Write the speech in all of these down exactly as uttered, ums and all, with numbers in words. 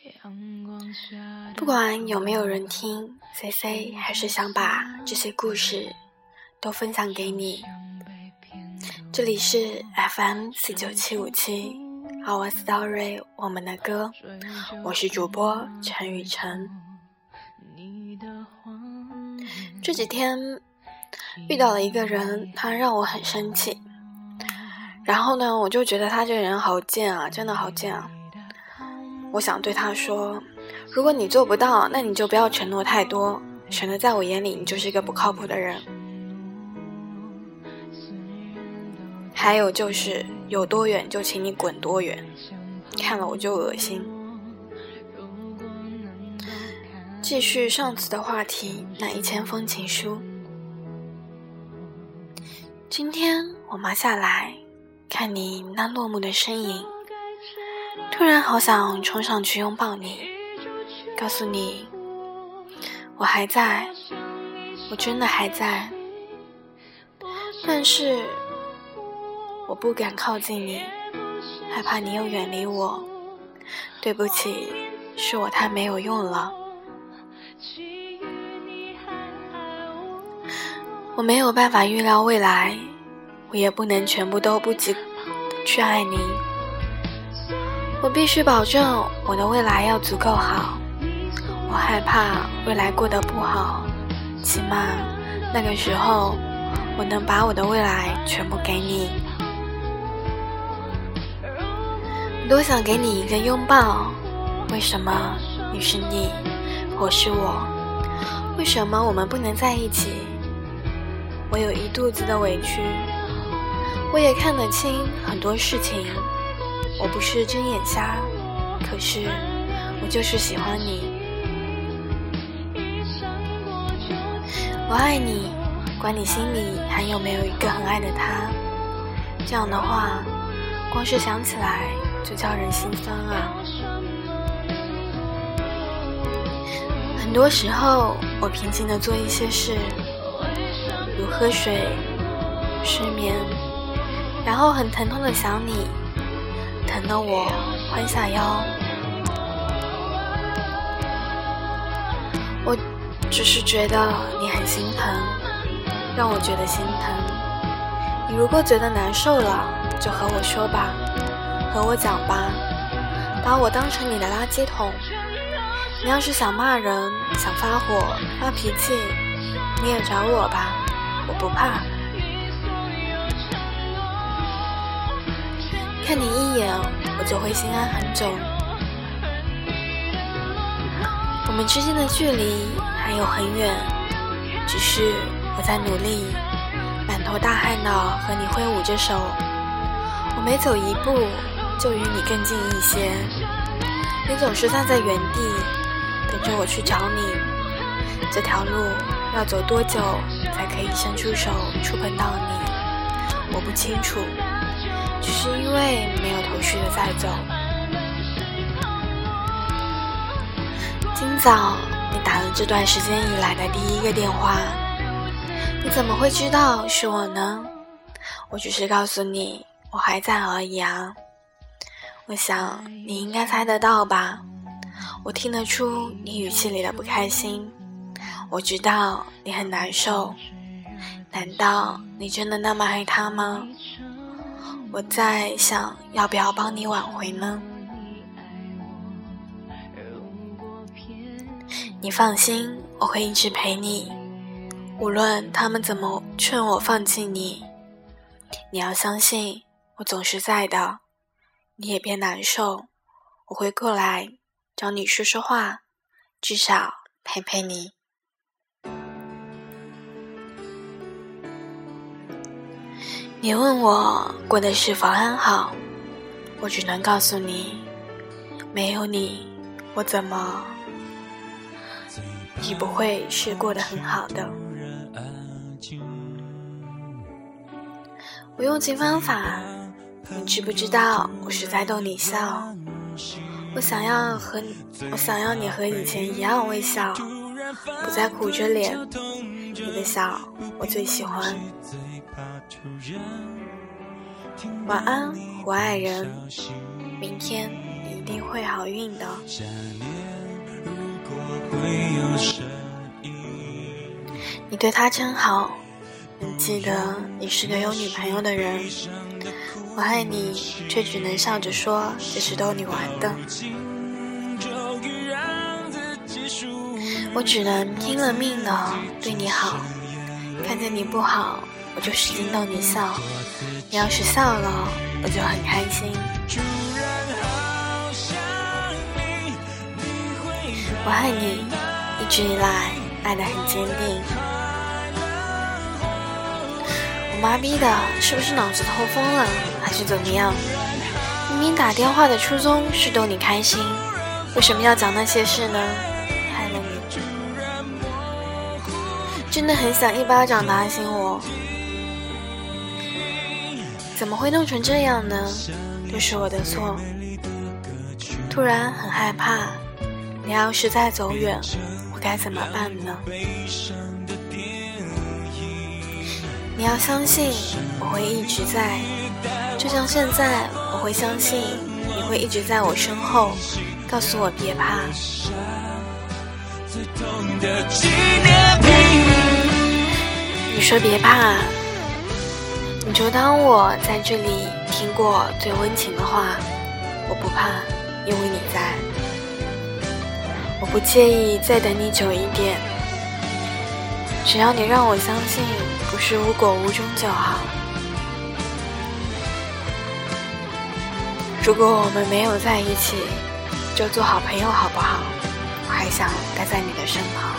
不管有没有人听 C C 还是想把这些故事都分享给你。这里是 F M 四九七五七 Our Story 我们的歌，我是主播陈雨晨。这几天遇到了一个人，他让我很生气，然后呢我就觉得他这个人好贱啊，真的好贱啊。我想对他说，如果你做不到，那你就不要承诺太多，省得在我眼里你就是一个不靠谱的人。还有就是有多远就请你滚多远，看了我就恶心。继续上次的话题，那一千封情书。今天我妈下来看你那落寞的身影，突然好想冲上去拥抱你，告诉你我还在，我真的还在，但是我不敢靠近你，害怕你又远离我。对不起，是我太没有用了。我没有办法预料未来，我也不能全部都不及去爱你。我必须保证我的未来要足够好，我害怕未来过得不好，起码那个时候我能把我的未来全部给你。我多想给你一个拥抱，为什么你是你，我是我？为什么我们不能在一起？我有一肚子的委屈，我也看得清很多事情，我不是睁眼瞎，可是我就是喜欢你。我爱你，管你心里还有没有一个很爱的他，这样的话光是想起来就叫人心酸啊。很多时候我平静地做一些事，如喝水、失眠，然后很疼痛地想你，疼得我弯下腰。我只是觉得你很心疼，让我觉得心疼。你如果觉得难受了，就和我说吧，和我讲吧，把我当成你的垃圾桶。你要是想骂人，想发火发脾气，你也找我吧，我不怕。看你一眼我就会心安很久。我们之间的距离还有很远，只是我在努力，满头大汗的和你挥舞着手。我每走一步就与你更近一些，你总是站在原地等着我去找你。这条路要走多久才可以伸出手触碰到你，我不清楚，只是因为没有头绪的在走。今早你打了这段时间以来的第一个电话，你怎么会知道是我呢？我只是告诉你我还在而已啊。我想你应该猜得到吧，我听得出你语气里的不开心，我知道你很难受。难道你真的那么爱他吗？我在想要不要帮你挽回呢？你放心，我会一直陪你，无论他们怎么劝我放弃你。你要相信我总是在的，你也别难受，我会过来找你说说话，至少陪陪你。你问我过得是否安好，我只能告诉你，没有你，我怎么也不会是过得很好的。我用尽方法，你知不知道我是在逗你笑？我想要和我想要你和以前一样微笑，不再苦着脸。你的笑我最喜欢。晚安，我爱人，明天你一定会好运的。你对他真好，你记得你是个有女朋友的人。我爱你，却只能笑着说这是逗你玩的。我只能拼了命的对你好，看见你不好，我就使劲逗你笑。你要是笑了，我就很开心。我爱你，一直以来爱得很坚定。我妈逼的，是不是脑子头疯了，还是怎么样？明明打电话的初衷是逗你开心，为什么要讲那些事呢？害了你，真的很想一巴掌打醒我。怎么会弄成这样呢？都是我的错。突然很害怕，你要是再走远，我该怎么办呢？你要相信我会一直在，就像现在我会相信你会一直在我身后，告诉我别怕。你说别怕，你就当我在这里听过最温情的话。我不怕，因为你在。我不介意再等你久一点，只要你让我相信不是无果无终就好。如果我们没有在一起，就做好朋友好不好？我还想待在你的身旁。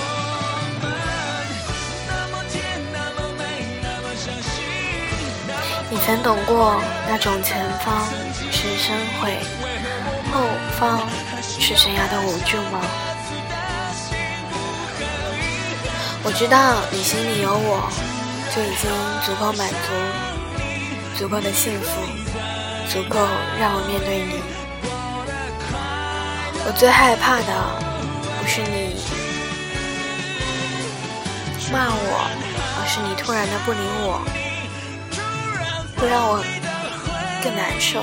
你曾懂过那种前方是深会，后方是悬崖的无助吗？我知道你心里有我，就已经足够满足，足够的幸福，足够让我面对你。我最害怕的不是你骂我，而是你突然的不理我，会让我更难受。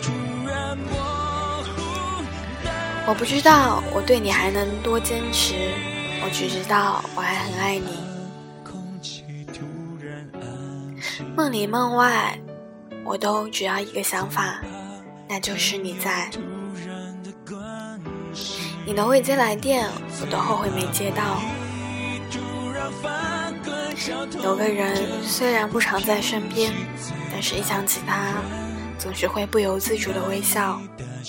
我不知道我对你还能多坚持，我只知道我还很爱你。梦里梦外，我都只要一个想法，那就是你在。你的未接来电，我都后悔没接到。有个人虽然不常在身边，但是一想起他，总是会不由自主的微笑。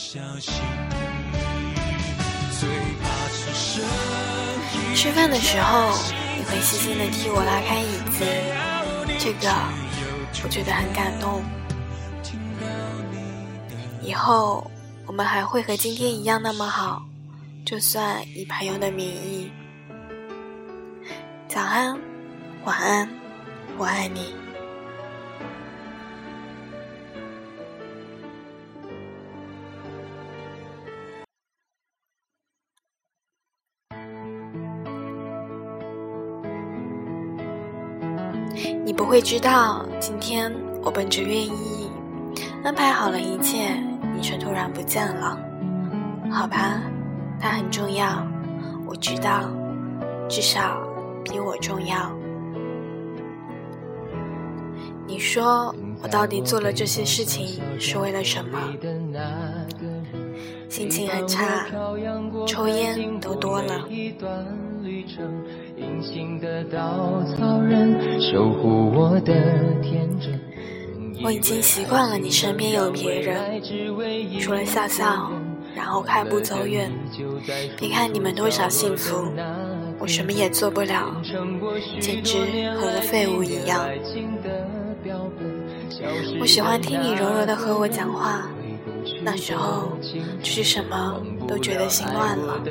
吃饭的时候，你会细心的替我拉开椅子，这个我觉得很感动。以后我们还会和今天一样那么好，就算以朋友的名义。早安，晚安，我爱你。你不会知道，今天我本着愿意安排好了一切，你却突然不见了。好吧，它很重要，我知道，至少比我重要。你说我到底做了这些事情是为了什么？心情很差，抽烟都多了。隐形的稻草人守护我的天真。我已经习惯了你身边有别人，除了笑笑，然后快步走远。别看你们多少幸福，我什么也做不了，简直和个废物一样。我喜欢听你柔柔的和我讲话，那时候就是什么都觉得心乱了。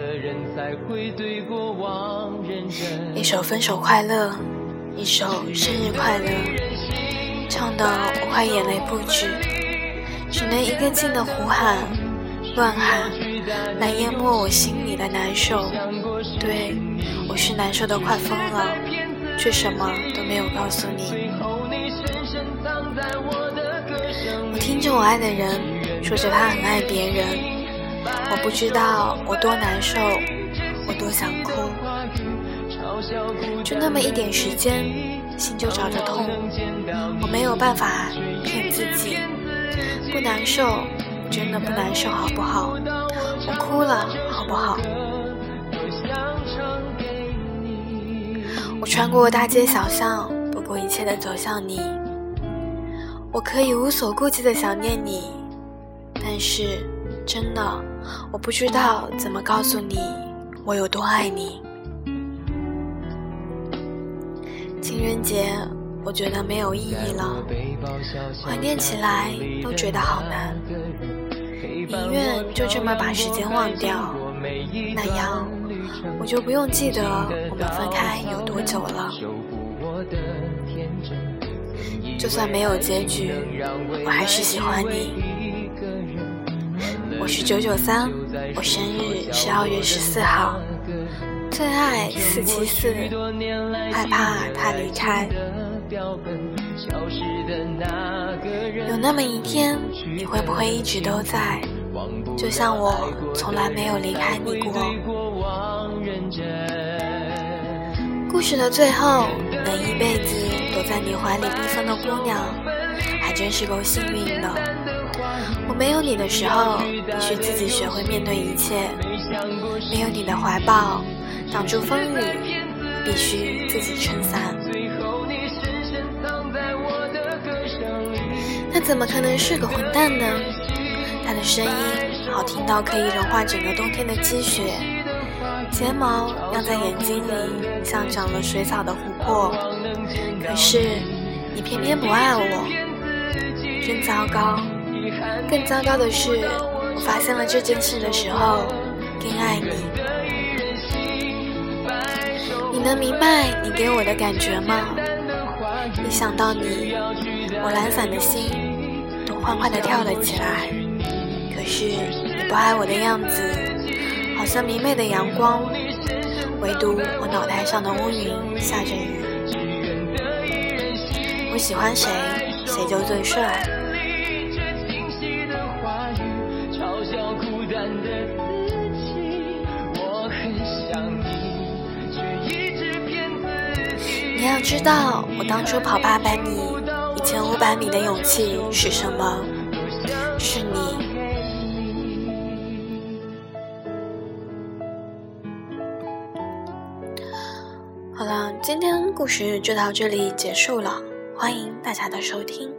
一首分手快乐，一首生日快乐，唱到我快眼泪不止，只能一个劲的呼喊乱喊来淹没我心里的难受。对，我是难受的快疯了，却什么都没有告诉你。我听着我爱的人说着他很爱别人，我不知道我多难受，我多想哭。就那么一点时间，心就找着痛，我没有办法骗自己，不难受，真的不难受好不好？我哭了好不好？我穿过大街小巷，不顾一切地走向你。我可以无所顾忌地想念你，但是真的，我不知道怎么告诉你我有多爱你。情人节我觉得没有意义了，怀念起来都觉得好难，宁愿就这么把时间忘掉，那样我就不用记得我们分开有多久了。就算没有结局，我还是喜欢你。我是九九三，我生日是二月十四号，最爱四七四，害怕他离开。有那么一天，你会不会一直都在？就像我从来没有离开你过。故事的最后，能一辈子躲在你怀里避风的姑娘，还真是够幸运的。我没有你的时候，必须自己学会面对一切；没有你的怀抱，挡住风雨，必须自己撑伞。他怎么可能是个混蛋呢？他的声音好听到可以融化整个冬天的积雪，睫毛亮在眼睛里，像长了水草的琥珀。可是你偏偏不爱我，真糟糕。更糟糕的是，我发现了这件事的时候更爱你。你能明白你给我的感觉吗？一想到你，我懒散的心都欢快地跳了起来。可是你不爱我的样子，好像明媚的阳光，唯独我脑袋上的乌云下着雨。我喜欢谁，谁就最帅。你要知道，我当初跑八百米、一千五百米的勇气是什么？是你。好了，今天故事就到这里结束了，欢迎大家的收听。